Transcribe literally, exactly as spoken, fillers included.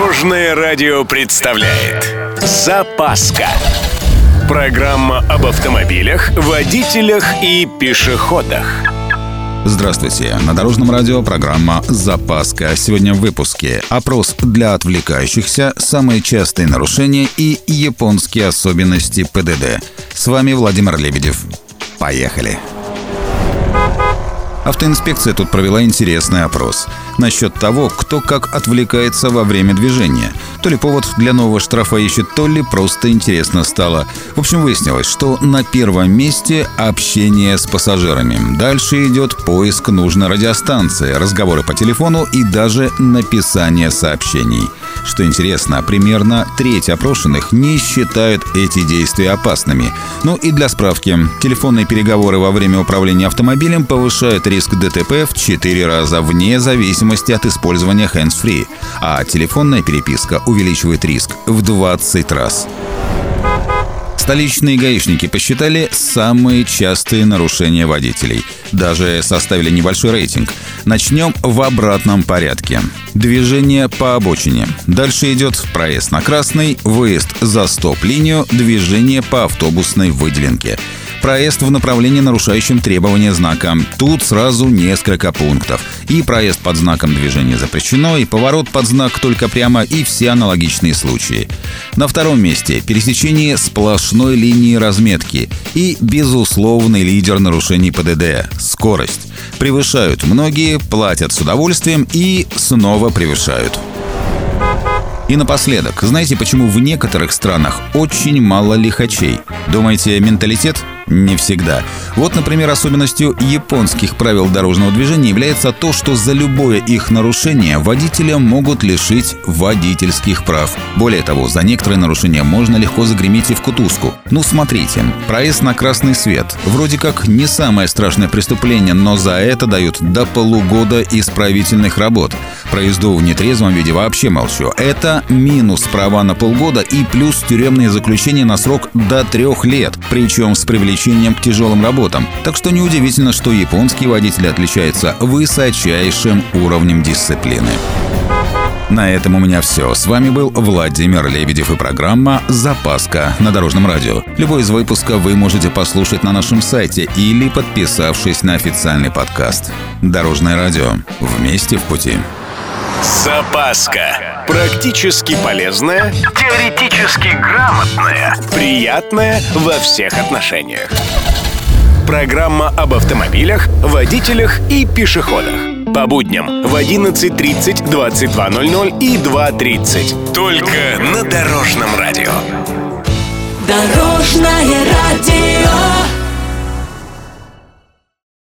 Дорожное радио представляет «Запаска». Программа об автомобилях, водителях и пешеходах. Здравствуйте. На Дорожном радио программа «Запаска». Сегодня в выпуске опрос для отвлекающихся, самые частые нарушения и японские особенности ПДД. С вами Владимир Лебедев. Поехали. Автоинспекция тут провела интересный опрос насчет того, кто как отвлекается во время движения. То ли повод для нового штрафа ищет, то ли просто интересно стало. В общем, выяснилось, что на первом месте общение с пассажирами. Дальше идет поиск нужной радиостанции, разговоры по телефону и даже написание сообщений. Что интересно, примерно треть опрошенных не считают эти действия опасными. Ну и для справки, телефонные переговоры во время управления автомобилем повышают риск ДТП в четыре раза вне зависимости от использования hands-free, а телефонная переписка увеличивает риск в двадцать раз. Столичные гаишники посчитали самые частые нарушения водителей. Даже составили небольшой рейтинг. Начнем в обратном порядке. Движение по обочине. Дальше идет проезд на красный, выезд за стоп-линию, движение по автобусной выделенке. Проезд в направлении, нарушающем требования знака. Тут сразу несколько пунктов. И проезд под знаком движения запрещено, и поворот под знак только прямо, и все аналогичные случаи. На втором месте пересечение сплошной линии разметки. И безусловный лидер нарушений ПДД – скорость. Превышают многие, платят с удовольствием и снова превышают. И напоследок, знаете, почему в некоторых странах очень мало лихачей? Думаете, менталитет? Не всегда. Вот, например, особенностью японских правил дорожного движения является то, что за любое их нарушение водителя могут лишить водительских прав. Более того, за некоторые нарушения можно легко загреметь и в кутузку. Ну, смотрите, проезд на красный свет. Вроде как не самое страшное преступление, но за это дают до полугода исправительных работ. Про езду в нетрезвом виде вообще молчу. Это минус права на полгода и плюс тюремное заключение на срок до трех лет, причем с привлечением к тяжелым работам. Так что неудивительно, что японские водители отличаются высочайшим уровнем дисциплины. На этом у меня все. С вами был Владимир Лебедев и программа «Запаска» на Дорожном радио. Любой из выпусков вы можете послушать на нашем сайте или подписавшись на официальный подкаст. Дорожное радио. Вместе в пути. Запаска. Практически полезная, теоретически грамотная, приятная во всех отношениях. Программа об автомобилях, водителях и пешеходах. По будням в одиннадцать тридцать, двадцать два ноль ноль и два тридцать. Только на Дорожном радио. Дорожное радио.